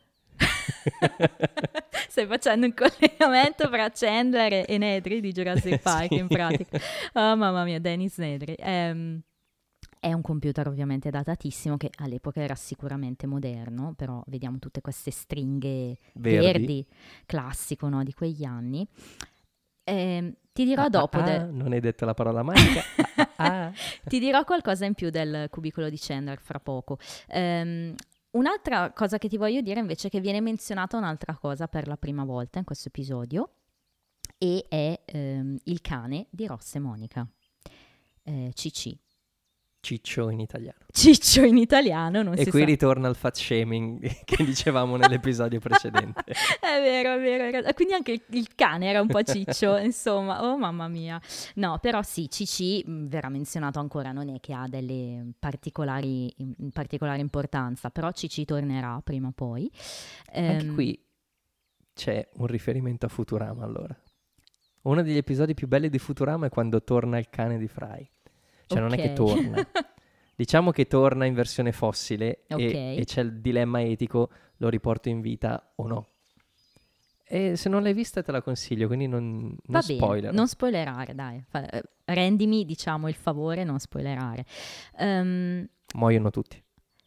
Stai facendo un collegamento fra Chandler e Nedry di Jurassic Park, Sì. in pratica. Oh, mamma mia, Dennis Nedry. Ehm, è un computer ovviamente datatissimo, che all'epoca era sicuramente moderno, però vediamo tutte queste stringhe Verdi. verdi, classico, no, di quegli anni. Ehm, ti dirò Ah, dopo... ah, de- ah, non hai detto la parola magica. Ah, ah, ah. Ti dirò qualcosa in più del cubicolo di Chandler fra poco. Ehm, un'altra cosa che ti voglio dire invece è che viene menzionata un'altra cosa per la prima volta in questo episodio, e è ehm, il cane di Ross e Monica, eh, Cicci. Ciccio in italiano. Ciccio in italiano, non E si qui sa. ritorna il fat shaming che dicevamo nell'episodio precedente. È vero, è vero, è vero. Quindi anche il, il cane era un po' ciccio, insomma, oh mamma mia. No, però sì, Cicci, mh, verrà menzionato ancora, non è che ha delle particolari, in particolare importanza, però Cicci tornerà prima o poi. Anche Ehm, qui c'è un riferimento a Futurama, allora. Uno degli episodi più belli di Futurama è quando torna il cane di Fry. Cioè non è che ok. torna. Diciamo che torna in versione fossile e- Ok. e, c'è il dilemma etico, lo riporto in vita o no. E se non l'hai vista te la consiglio, quindi non, non Va bene, spoiler. non spoilerare, dai. Fa- eh, rendimi, diciamo, il favore, non spoilerare. Ehm, Muoiono tutti.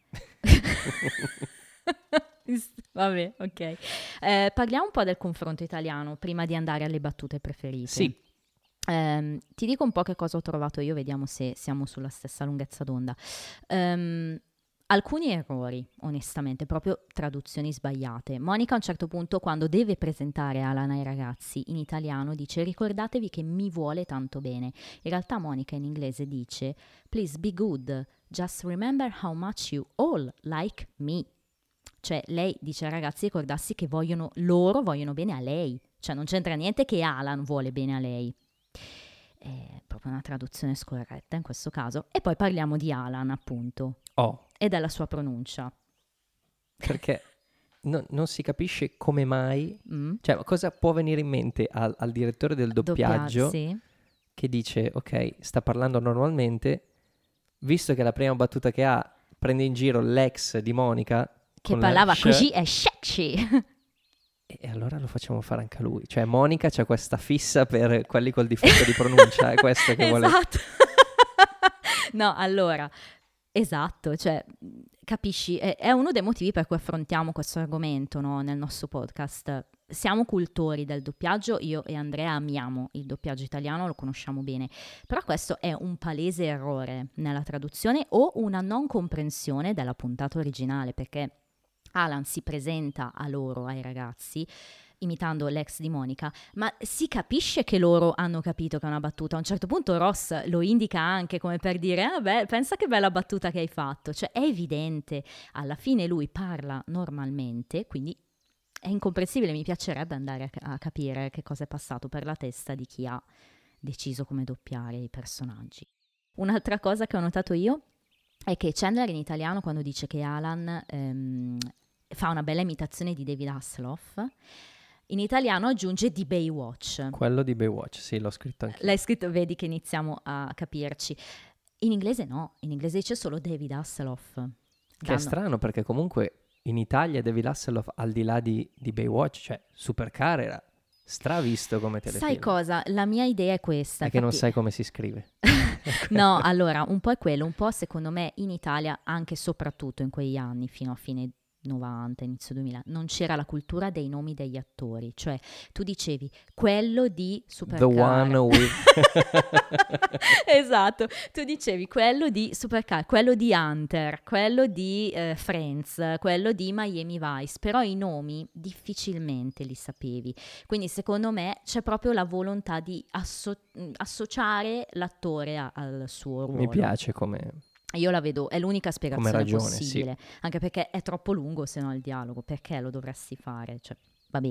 Vabbè, ok. Eh, parliamo un po' del confronto italiano prima di andare alle battute preferite. Sì. Ehm, ti dico un po' che cosa ho trovato io, vediamo se siamo sulla stessa lunghezza d'onda. Ehm, alcuni errori, onestamente, proprio traduzioni sbagliate. Monica a un certo punto, quando deve presentare Alan ai ragazzi in italiano, dice ricordatevi che mi vuole tanto bene. In realtà Monica in inglese dice please be good, just remember how much you all like me. Cioè lei dice ai ragazzi ricordarsi che vogliono, loro vogliono bene a lei, cioè non c'entra niente che Alan vuole bene a lei. È proprio una traduzione scorretta in questo caso. E poi parliamo di Alan, appunto, Oh, e della sua pronuncia. perché no- non si capisce come mai... Mm? Cioè, cosa può venire in mente al, al direttore del doppiaggio sì. che dice, ok, sta parlando normalmente, visto che la prima battuta che ha prende in giro l'ex di Monica, che con la parlava sh, così è sexy. e allora lo facciamo fare anche a lui. Cioè Monica c'ha questa fissa per quelli col difetto di pronuncia, è questo che vuole... Esatto. No, allora, esatto, cioè, capisci, è, è uno dei motivi per cui affrontiamo questo argomento, no, nel nostro podcast. Siamo cultori del doppiaggio, io e Andrea amiamo il doppiaggio italiano, lo conosciamo bene, però questo è un palese errore nella traduzione o una non comprensione della puntata originale, perché Alan si presenta a loro, ai ragazzi, imitando l'ex di Monica, ma si capisce che loro hanno capito che è una battuta. A un certo punto Ross lo indica anche come per dire, ah beh, pensa che bella battuta che hai fatto. Cioè è evidente, alla fine lui parla normalmente, quindi è incomprensibile, mi piacerebbe andare a, a capire che cosa è passato per la testa di chi ha deciso come doppiare i personaggi. Un'altra cosa che ho notato io è che Chandler in italiano, quando dice che Alan ehm, fa una bella imitazione di David Hasselhoff, in italiano aggiunge di Baywatch. Quello di Baywatch, sì, l'ho scritto anche. L'hai scritto, vedi che iniziamo a capirci. In inglese no, in inglese dice solo David Hasselhoff. Che Danno... è strano perché comunque in Italia David Hasselhoff, al di là di, di Baywatch, cioè Supercar era stravisto come telefilm. Sai cosa? La mia idea è questa. È infatti... che non sai come si scrive. No, allora, un po' è quello, un po' secondo me in Italia, anche e soprattutto in quegli anni, fino a fine novanta, inizio duemila, non c'era la cultura dei nomi degli attori, cioè tu dicevi quello di Supercar. The one with... Esatto, tu dicevi quello di Supercar, quello di Hunter, quello di eh, Friends, quello di Miami Vice, però i nomi difficilmente li sapevi, quindi secondo me c'è proprio la volontà di asso- associare l'attore a- al suo ruolo. Mi piace come... Io la vedo, è l'unica spiegazione ragione, possibile, sì. Anche perché è troppo lungo se no il dialogo, perché lo dovresti fare? Cioè, vabbè.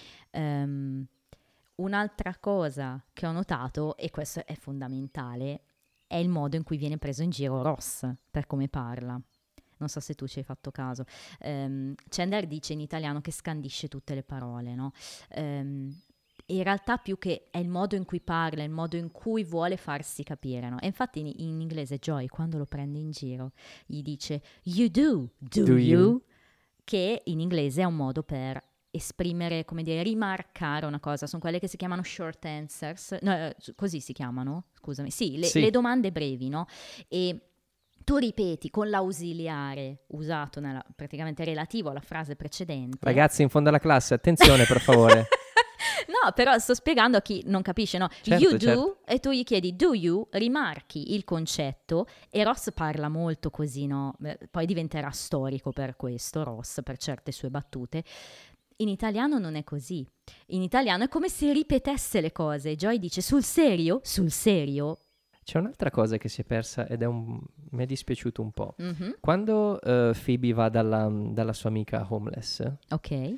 Um, un'altra cosa che ho notato, e questo è fondamentale, è il modo in cui viene preso in giro Ross, per come parla. Non so se tu ci hai fatto caso. Um, Chandler dice in italiano che scandisce tutte le parole, no? Um, in realtà più che è il modo in cui parla, il modo in cui vuole farsi capire, no? E infatti in, in inglese Joy, quando lo prende in giro, gli dice you do, do, Do you? you? Che in inglese è un modo per esprimere, come dire, rimarcare una cosa. Sono quelle che si chiamano short answers, no, eh, così si chiamano, scusami, sì, le, Sì. le domande brevi, no? E tu ripeti con l'ausiliare usato nella, praticamente relativo alla frase precedente. Ragazzi in fondo alla classe, attenzione per favore. No, però sto spiegando a chi non capisce, no? Certo, You do, certo. e tu gli chiedi do you, rimarchi il concetto, e Ross parla molto così, no? Beh, poi diventerà storico per questo, Ross, per certe sue battute. In italiano non è così. In italiano è come se ripetesse le cose. Joy dice sul serio? Sul serio? C'è un'altra cosa che si è persa ed è un... mi è dispiaciuto un po'. Mm-hmm. Quando uh, Phoebe va dalla, dalla sua amica homeless, Ok.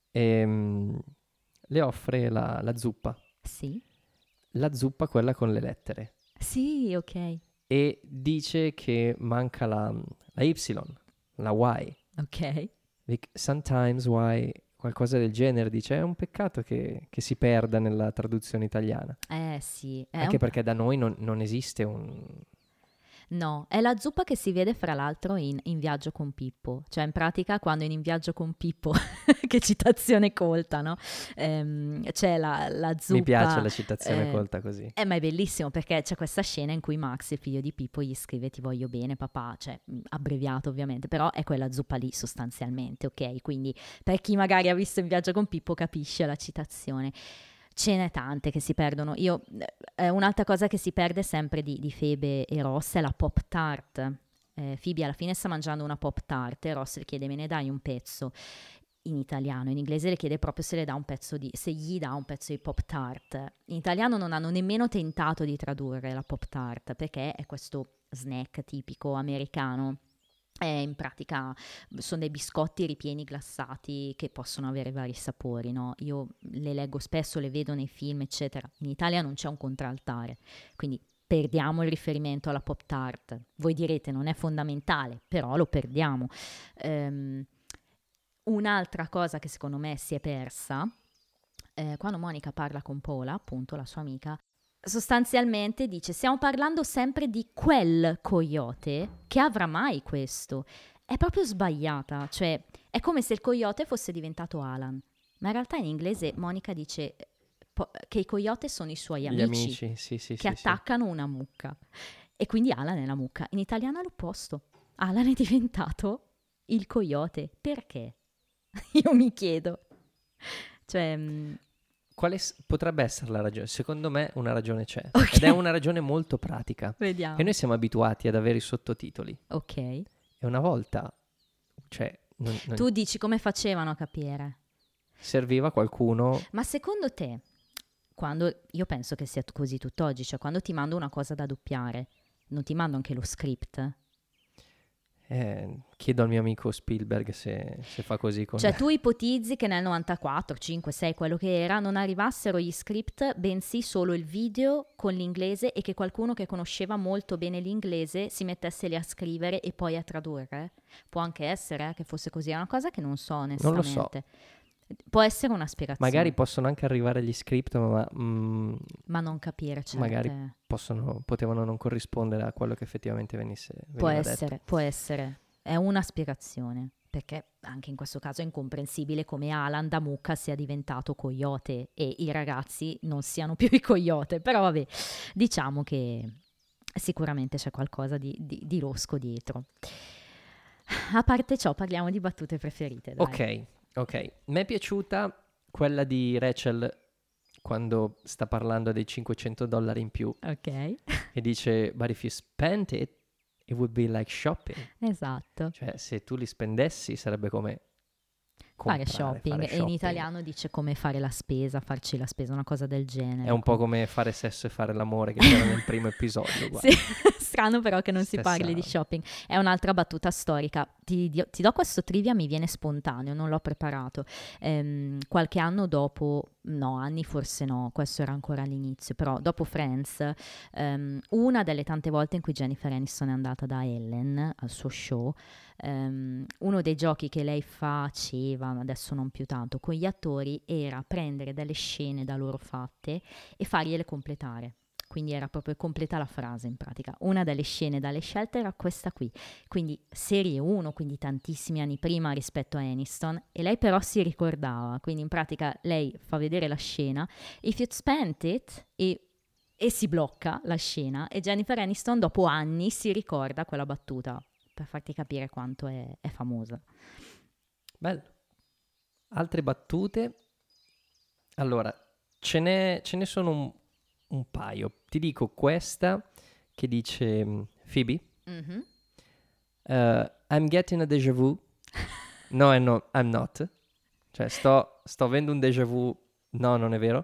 ehm, le offre la, la zuppa. Sì. La zuppa quella con le lettere. Sì, ok. E dice che manca la, la Y, la Y. Ok. Like, sometimes Y, qualcosa del genere, dice. È un peccato che, che si perda nella traduzione italiana. Eh sì. È Anche un... perché da noi non, non esiste un... No, è la zuppa che si vede fra l'altro in, in Viaggio con Pippo, cioè in pratica quando in, in Viaggio con Pippo, che citazione colta, no? Ehm, c'è la, la zuppa... Mi piace la citazione eh, colta così. Eh, ma è bellissimo perché c'è questa scena in cui Max, il figlio di Pippo, gli scrive ti voglio bene papà, cioè abbreviato ovviamente, però è quella zuppa lì sostanzialmente, ok? Quindi per chi magari ha visto in Viaggio con Pippo capisce la citazione. Ce n'è tante che si perdono. Io, eh, un'altra cosa che si perde sempre di, di Phoebe e Ross è la Pop Tart. Eh, Phoebe alla fine sta mangiando una Pop Tart e Ross le chiede me ne dai un pezzo in italiano, in inglese le chiede proprio se le dà un pezzo di, se gli dà un pezzo di Pop Tart. In italiano non hanno nemmeno tentato di tradurre la Pop Tart perché è questo snack tipico americano. Eh, in pratica sono dei biscotti ripieni glassati che possono avere vari sapori, no? Io le leggo spesso, le vedo nei film, eccetera. In Italia non c'è un contraltare, quindi perdiamo il riferimento alla Pop Tart. Voi direte non è fondamentale, però lo perdiamo. Um, un'altra cosa che secondo me si è persa, eh, quando Monica parla con Paula, appunto la sua amica, sostanzialmente dice, stiamo parlando sempre di quel coyote, che avrà mai questo? È proprio sbagliata, cioè è come se il coyote fosse diventato Alan, ma in realtà in inglese Monica dice po- che i coyote sono i suoi Gli amici, amici, sì, sì, che sì, sì. attaccano una mucca, e quindi Alan è la mucca. In italiano è l'opposto, Alan è diventato il coyote, perché? Io mi chiedo, cioè... mh, Quale s- potrebbe essere la ragione? Secondo me una ragione c'è. Ok. Ed è una ragione molto pratica. vediamo, Che noi siamo abituati ad avere i sottotitoli. ok. E una volta, cioè, non, non Tu dici come facevano a capire? serviva qualcuno... Ma secondo te, quando io penso che sia t- così tutt'oggi, cioè quando ti mando una cosa da doppiare, non ti mando anche lo script? Eh, chiedo al mio amico Spielberg se, se fa così con... Cioè tu ipotizzi che nel novantaquattro, cinque, sei, quello che era, non arrivassero gli script, bensì solo il video con l'inglese, e che qualcuno che conosceva molto bene l'inglese si mettesse lì a scrivere e poi a tradurre? Può anche essere eh, che fosse così, è una cosa che non so onestamente. Non lo so. Può essere un'aspirazione. Magari possono anche arrivare gli script, ma mm, ma non capire certe... magari possono, potevano non corrispondere a quello che effettivamente venisse, Può veniva essere, detto. può essere. È un'aspirazione, perché anche in questo caso è incomprensibile come Alan da mucca sia diventato coyote e i ragazzi non siano più i coyote, però vabbè, diciamo che sicuramente c'è qualcosa di, di, di losco dietro. A parte ciò, parliamo di battute preferite, dai. Ok, ok. Mi è piaciuta quella di Rachel quando sta parlando dei cinquecento dollari in più Ok, e dice, but if you spent it, it would be like shopping. esatto. Cioè, se tu li spendessi sarebbe come Fare comprare, shopping, fare e in shopping. italiano dice come fare la spesa, farci la spesa, una cosa del genere. È un po' come fare sesso e fare l'amore che c'era nel primo episodio. Guarda. Sì, strano però che non si Stessa- parli di shopping. È un'altra battuta storica. Ti, di- ti do questo trivia, mi viene spontaneo, non l'ho preparato. Ehm, qualche anno dopo, no, anni forse no, questo era ancora all'inizio, però dopo Friends, ehm, una delle tante volte in cui Jennifer Aniston è andata da Ellen al suo show, ehm, uno dei giochi che lei faceva, adesso non più tanto, con gli attori era prendere delle scene da loro fatte e fargliele completare. Quindi era proprio completa la frase in pratica. Una delle scene dalle scelte era questa qui. Quindi serie uno, quindi tantissimi anni prima rispetto a Aniston, e lei però si ricordava. Quindi in pratica lei fa vedere la scena, if you spent it, e, e si blocca la scena, e Jennifer Aniston dopo anni si ricorda quella battuta, per farti capire quanto è, è famosa. Bello. Altre battute? Allora, ce ne, ce ne sono un, un paio. Ti dico questa che dice mm, Phoebe, Mhm. uh, I'm getting a déjà vu. No, I no, I'm not. Cioè, sto, sto avendo un déjà vu. No, non è vero.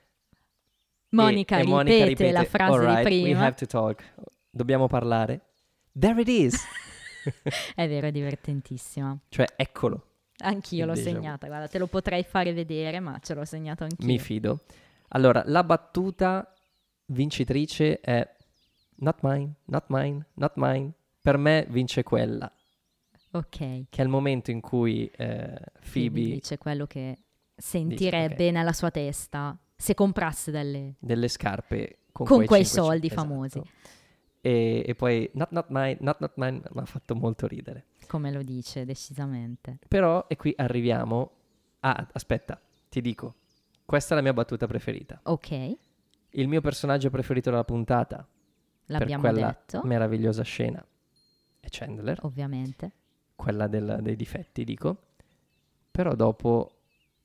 Monica, e, e ripete Monica ripete, la frase "All right, di prima. we have to talk. Dobbiamo parlare. There it is. È vero, è divertentissima. Cioè, eccolo. Anch'io Il l'ho déjà vu. segnata, guarda, te lo potrei fare vedere, ma ce l'ho segnato anch'io. Mi fido. Allora, la battuta vincitrice è not mine, not mine, not mine. Per me vince quella, Ok, che è il momento in cui eh, Phoebe Phoebe dice quello che sentirebbe ok. nella sua testa se comprasse delle... delle scarpe con, Con quei, quei cinquecento, soldi esatto. famosi. E, e poi not not mine, not not mine, mi ha fatto molto ridere. Come lo dice, decisamente. Però, e qui arriviamo... Ah, aspetta, ti dico. Questa è la mia battuta preferita. Ok, Il mio personaggio preferito della puntata, l'abbiamo per quella detto, meravigliosa scena, è Chandler, ovviamente. quella del- dei difetti, dico. Però dopo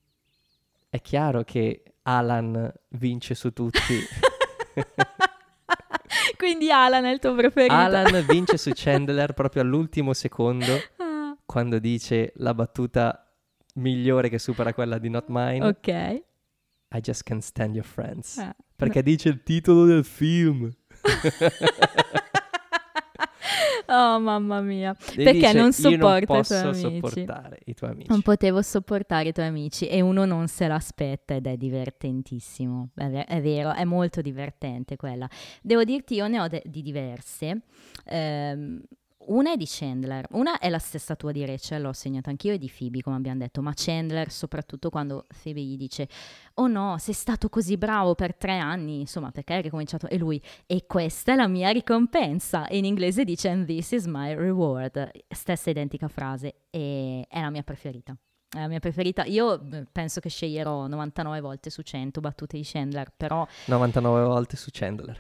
è chiaro che Alan vince su tutti. Quindi Alan è il tuo preferito. Alan vince su Chandler proprio all'ultimo secondo, Ah, quando dice la battuta migliore che supera quella di Not Mine. ok. I just can't stand your friends. Ah, Perché dice il titolo del film. Oh, mamma mia. E Perché dice, non io sopporta non i posso tuoi amici. sopportare i tuoi amici. Non potevo sopportare i tuoi amici, e uno non se l'aspetta, ed è divertentissimo. È, ver- è vero, è molto divertente quella. Devo dirti, io ne ho de- di diverse. Ehm, Una è di Chandler, una è la stessa tua di Rachel, l'ho segnata anch'io, e di Phoebe, come abbiamo detto, ma Chandler soprattutto quando Phoebe gli dice oh no, sei stato così bravo per tre anni, insomma, perché hai ricominciato? E lui, e questa è la mia ricompensa, e in inglese dice and this is my reward, stessa identica frase, e è la mia preferita. È la mia preferita. Io penso che sceglierò novantanove volte su cento battute di Chandler, però novantanove volte su Chandler.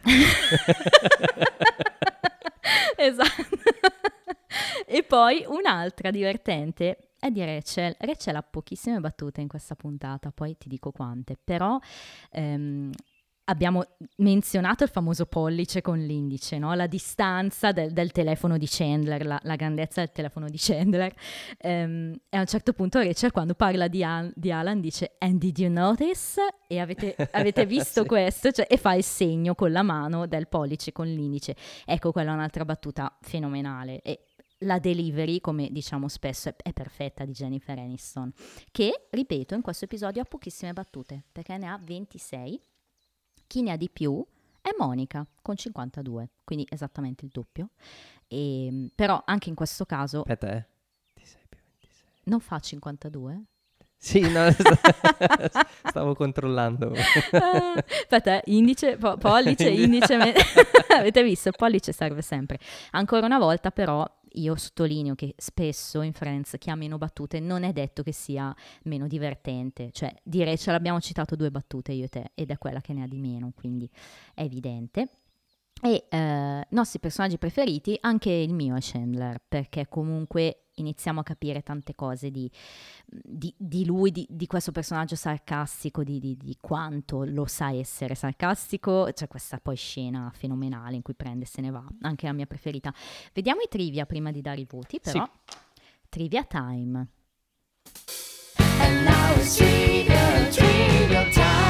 Esatto. E poi un'altra divertente è di Rachel. Rachel ha pochissime battute in questa puntata, poi ti dico quante, però ehm, abbiamo menzionato il famoso pollice con l'indice, no? La distanza del, del telefono di Chandler, la, la grandezza del telefono di Chandler. Ehm, e a un certo punto Rachel, quando parla di, Al- di Alan, dice and did you notice? E avete, avete visto Sì. questo? Cioè, e fa il segno con la mano del pollice con l'indice. Ecco, quella è un'altra battuta fenomenale. E la delivery, come diciamo spesso, è, è perfetta di Jennifer Aniston, che, ripeto, in questo episodio ha pochissime battute, perché ne ha ventisei. Chi ne ha di più è Monica, con cinquantadue, quindi esattamente il doppio. E, però anche in questo caso Aspetta, eh. ventisei più ventisei. non fa cinquantadue? Sì, no, stavo controllando. Ah, aspetta, indice, po- pollice, indice, me- avete visto? Il pollice serve sempre. Ancora una volta però io sottolineo che spesso in Friends chi ha meno battute non è detto che sia meno divertente, cioè di Rachel abbiamo citato due battute io e te ed è quella che ne ha di meno, quindi è evidente. E eh, nostri personaggi preferiti, anche il mio è Chandler, perché comunque iniziamo a capire tante cose di, di, di lui, di, di questo personaggio sarcastico, di, di, di quanto lo sa essere sarcastico. C'è questa poi scena fenomenale in cui prende e se ne va, anche la mia preferita. Vediamo i trivia prima di dare i voti, però. Sì. Trivia time. And now it's trivia, trivia time.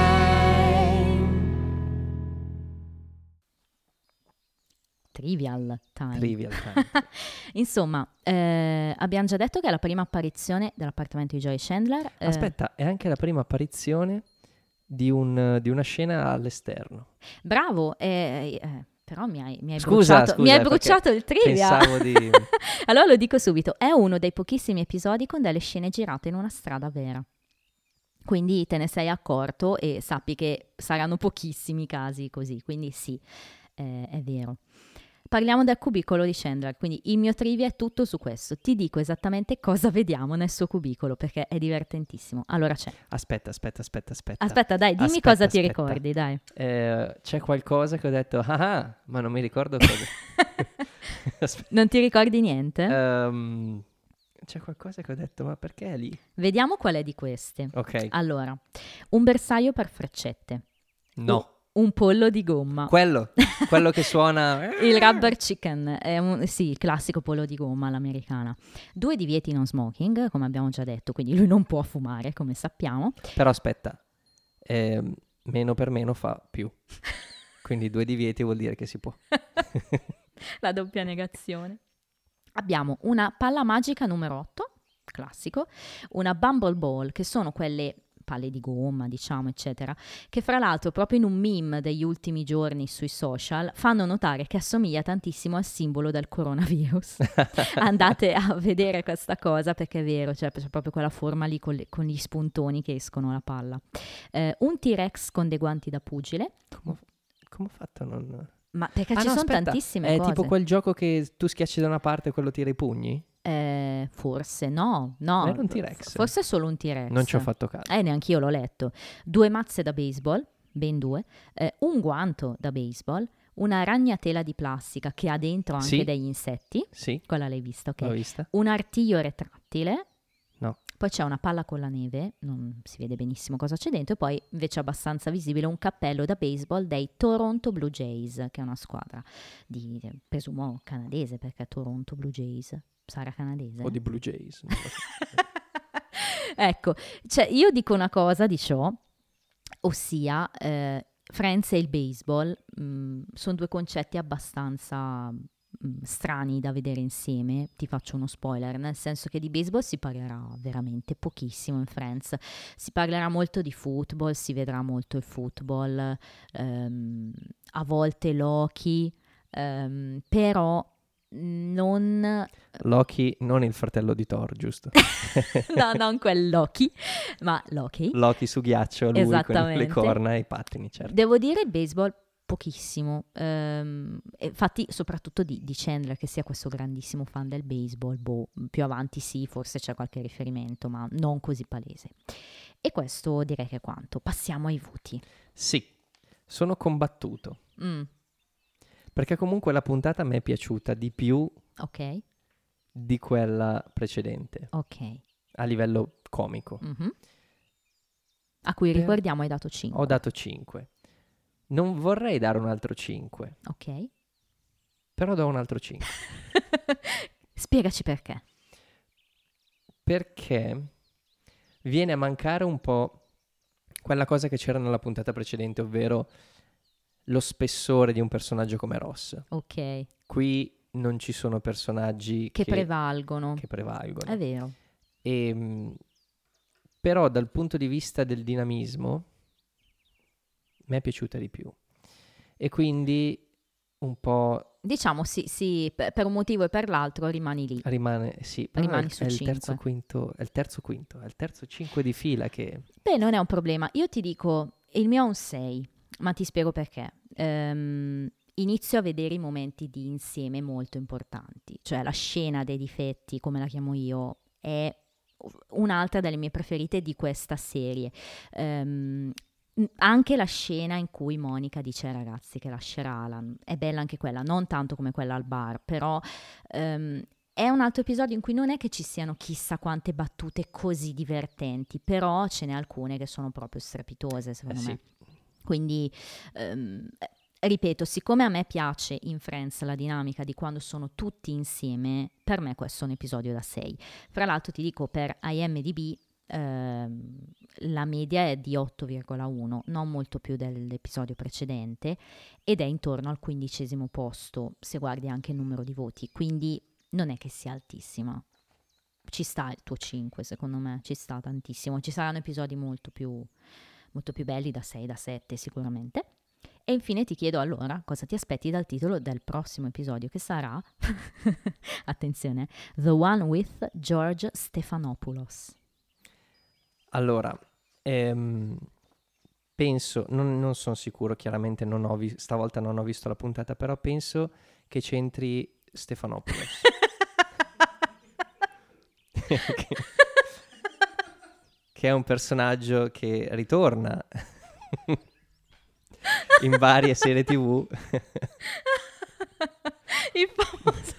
Trivial time. Trivial time. Insomma, eh, abbiamo già detto che è la prima apparizione dell'appartamento di Joy Chandler. eh, Aspetta, è anche la prima apparizione di, un, di una scena all'esterno. Bravo, eh, eh, però mi hai, mi hai Scusa, bruciato, scusa, mi hai perché bruciato il trivia. Pensavo di... Allora lo dico subito, è uno dei pochissimi episodi con delle scene girate in una strada vera. Quindi te ne sei accorto e sappi che saranno pochissimi casi così, quindi sì, eh, è vero. Parliamo del cubicolo di Chandler, quindi il mio trivia è tutto su questo. Ti dico esattamente cosa vediamo nel suo cubicolo, perché è divertentissimo. Allora c'è. Aspetta, aspetta, aspetta, aspetta. Aspetta, dai, dimmi Aspetta, cosa ti aspetta. ricordi, dai. Eh, c'è qualcosa che ho detto, ah, ah, ma non mi ricordo cosa. Aspetta. Non ti ricordi niente? Ehm, c'è qualcosa che ho detto, ma perché è lì? Vediamo qual è di queste. Ok, Allora, un bersaglio per freccette, no. un pollo di gomma, Quello, quello che suona... il rubber chicken, è un, sì, il classico pollo di gomma all'americana. Due divieti non smoking, come abbiamo già detto, quindi lui non può fumare, come sappiamo. Però aspetta, ehm, meno per meno fa più. Quindi due divieti vuol dire che si può. La doppia negazione. Abbiamo una palla magica numero otto, classico, una Bumble Ball, che sono quelle palle di gomma, diciamo, eccetera, che fra l'altro proprio in un meme degli ultimi giorni sui social fanno notare che assomiglia tantissimo al simbolo del coronavirus. Andate a vedere questa cosa perché è vero, cioè c'è proprio quella forma lì con, le- con gli spuntoni che escono la palla. Eh, un T-Rex con dei guanti da pugile, Come ho, come ho fatto a non... ma perché Ah, ci no, sono aspetta, tantissime è cose. tipo quel gioco che tu schiacci da una parte e quello tira i pugni? Eh, forse no, no. Era un T-Rex. Forse è solo un T-Rex. Non ci ho fatto caso. Eh, neanch'io l'ho letto. Due mazze da baseball, ben due, eh, un guanto da baseball, una ragnatela di plastica che ha dentro anche Sì. degli insetti. Sì, Quella l'hai vista, ok? l'ho vista. Un artiglio retrattile. No. Poi c'è una palla con la neve, non si vede benissimo cosa c'è dentro, e poi invece abbastanza visibile un cappello da baseball dei Toronto Blue Jays, che è una squadra di, presumo, canadese, perché Toronto Blue Jays sarà canadese. O di Blue Jays. non lo so. Ecco, cioè io dico una cosa di ciò, ossia eh, Friends e il baseball mh, sono due concetti abbastanza mh, strani da vedere insieme. Ti faccio uno spoiler, nel senso che di baseball si parlerà veramente pochissimo in Friends, si parlerà molto di football, si vedrà molto il football, ehm, a volte l'hockey, ehm, però non... Loki, non il fratello di Thor, giusto? no, non quel Loki, ma Loki. Loki su ghiaccio, lui con le Esattamente. corna e i pattini, certo. Devo dire il baseball pochissimo, ehm, e infatti soprattutto di, di Chandler, che sia questo grandissimo fan del baseball, boh, più avanti sì, forse c'è qualche riferimento, ma non così palese. E questo direi che è quanto. Passiamo ai voti. Sì, sono combattuto, Mm, perché comunque la puntata a me è piaciuta di più ok, di quella precedente, ok. a livello comico. Mhm. A cui Per- ricordiamo hai dato cinque. Ho dato cinque. Non vorrei dare un altro cinque, Ok. però do un altro cinque. Spiegaci perché. Perché viene a mancare un po' quella cosa che c'era nella puntata precedente, ovvero lo spessore di un personaggio come Ross. Ok. Qui non ci sono personaggi Che che, prevalgono. che prevalgono. È vero. Ehm, però dal punto di vista del dinamismo mi è piaciuta di più. E quindi un po' Diciamo sì, sì, per per un motivo e per l'altro rimani lì. rimane, sì, però Rimani è, su è il cinque. terzo quinto, è il terzo quinto, è il terzo cinque di fila che Beh, non è un problema. Io ti dico, il mio è un sei, ma ti spiego perché. Ehm, inizio a vedere i momenti di insieme molto importanti. Cioè la scena dei difetti, come la chiamo io, è un'altra delle mie preferite di questa serie. Ehm, m- anche la scena in cui Monica dice ai ragazzi che lascerà Alan, è bella anche quella, non tanto come quella al bar, però ehm, è un altro episodio in cui non è che ci siano chissà quante battute così divertenti, però ce n'è alcune che sono proprio strepitose, secondo Eh sì. me. Quindi, ehm, eh, ripeto, siccome a me piace in Friends la dinamica di quando sono tutti insieme, per me questo è un episodio da sei. Fra l'altro ti dico, per I M D B ehm, la media è di otto virgola uno, non molto più dell'episodio precedente, ed è intorno al quindicesimo posto, se guardi anche il numero di voti, quindi non è che sia altissima. Ci sta il tuo cinque, secondo me, ci sta tantissimo. Ci saranno episodi molto più, molto più belli, da sei, da sette sicuramente. E infine ti chiedo allora cosa ti aspetti dal titolo del prossimo episodio, che sarà, attenzione, The One with George Stephanopoulos. Allora, ehm, penso, non, non sono sicuro, chiaramente non ho vi- stavolta non ho visto la puntata, però penso che c'entri Stephanopoulos. che, che è un personaggio che ritorna in varie serie tivù. Il famoso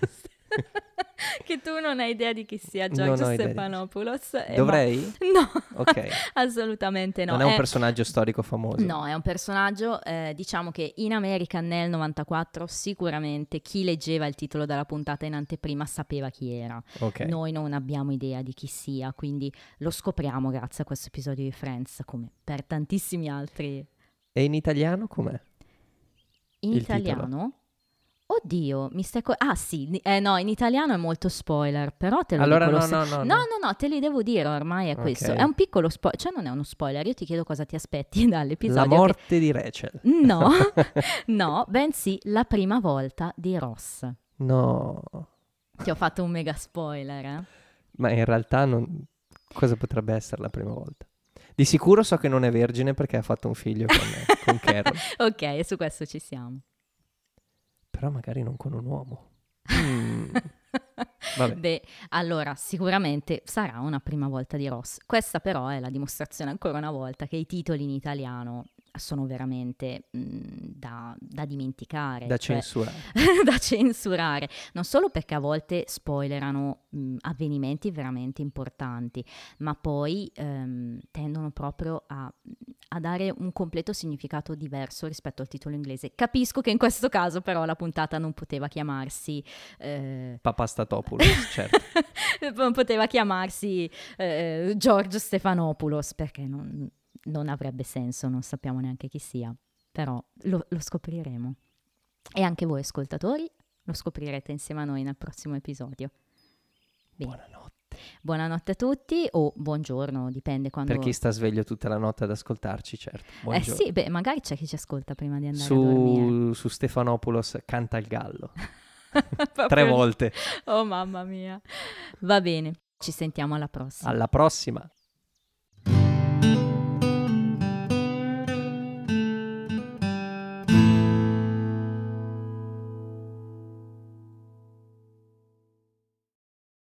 che tu non hai idea di chi sia George Non ho idea di- Stephanopoulos. eh, Dovrei? ma- No, Ok. assolutamente no. Non è un È- personaggio storico famoso. No, è un personaggio, eh, diciamo che in America nel novantaquattro sicuramente chi leggeva il titolo della puntata in anteprima sapeva chi era. Ok. Noi non abbiamo idea di chi sia, quindi lo scopriamo grazie a questo episodio di Friends, come per tantissimi altri. E in italiano com'è? In Il italiano? Oddio, mi stai... co- ah sì, ni- eh, no, in italiano è molto spoiler, però te lo Allora dico lo no, sa- no, no, no, no. no, no, te li devo dire ormai, è questo. Ok. È un piccolo spoiler, cioè non è uno spoiler, io ti chiedo cosa ti aspetti dall'episodio. La che- morte di Rachel. No, no, bensì la prima volta di Ross. No. Ti ho fatto un mega spoiler, eh? Ma in realtà non... cosa potrebbe essere la prima volta? Di sicuro so che non è vergine perché ha fatto un figlio con, con Carol. Ok, su questo ci siamo. Però magari non con un uomo. Mm. Vabbè. Beh, allora sicuramente sarà una prima volta di Ross. Questa però è la dimostrazione ancora una volta che i titoli in italiano sono veramente mh, da, da dimenticare. Da cioè- censurare. da censurare, non solo perché a volte spoilerano mh, avvenimenti veramente importanti, ma poi ehm, tendono proprio a, a dare un completo significato diverso rispetto al titolo inglese. Capisco che in questo caso però la puntata non poteva chiamarsi eh, Papastatopoulos, certo. non poteva chiamarsi eh, George Stephanopoulos, perché non, non avrebbe senso, non sappiamo neanche chi sia, però lo, lo scopriremo. E anche voi ascoltatori lo scoprirete insieme a noi nel prossimo episodio. Bene. Buonanotte. Buonanotte a tutti o buongiorno, dipende quando... Per chi sta sveglio tutta la notte ad ascoltarci, certo. Eh Buongiorno. sì, beh, magari c'è chi ci ascolta prima di andare a dormire. Su, su Stephanopoulos canta il gallo. Tre Proprio- volte. Oh mamma mia. Va bene, ci sentiamo alla prossima. Alla prossima.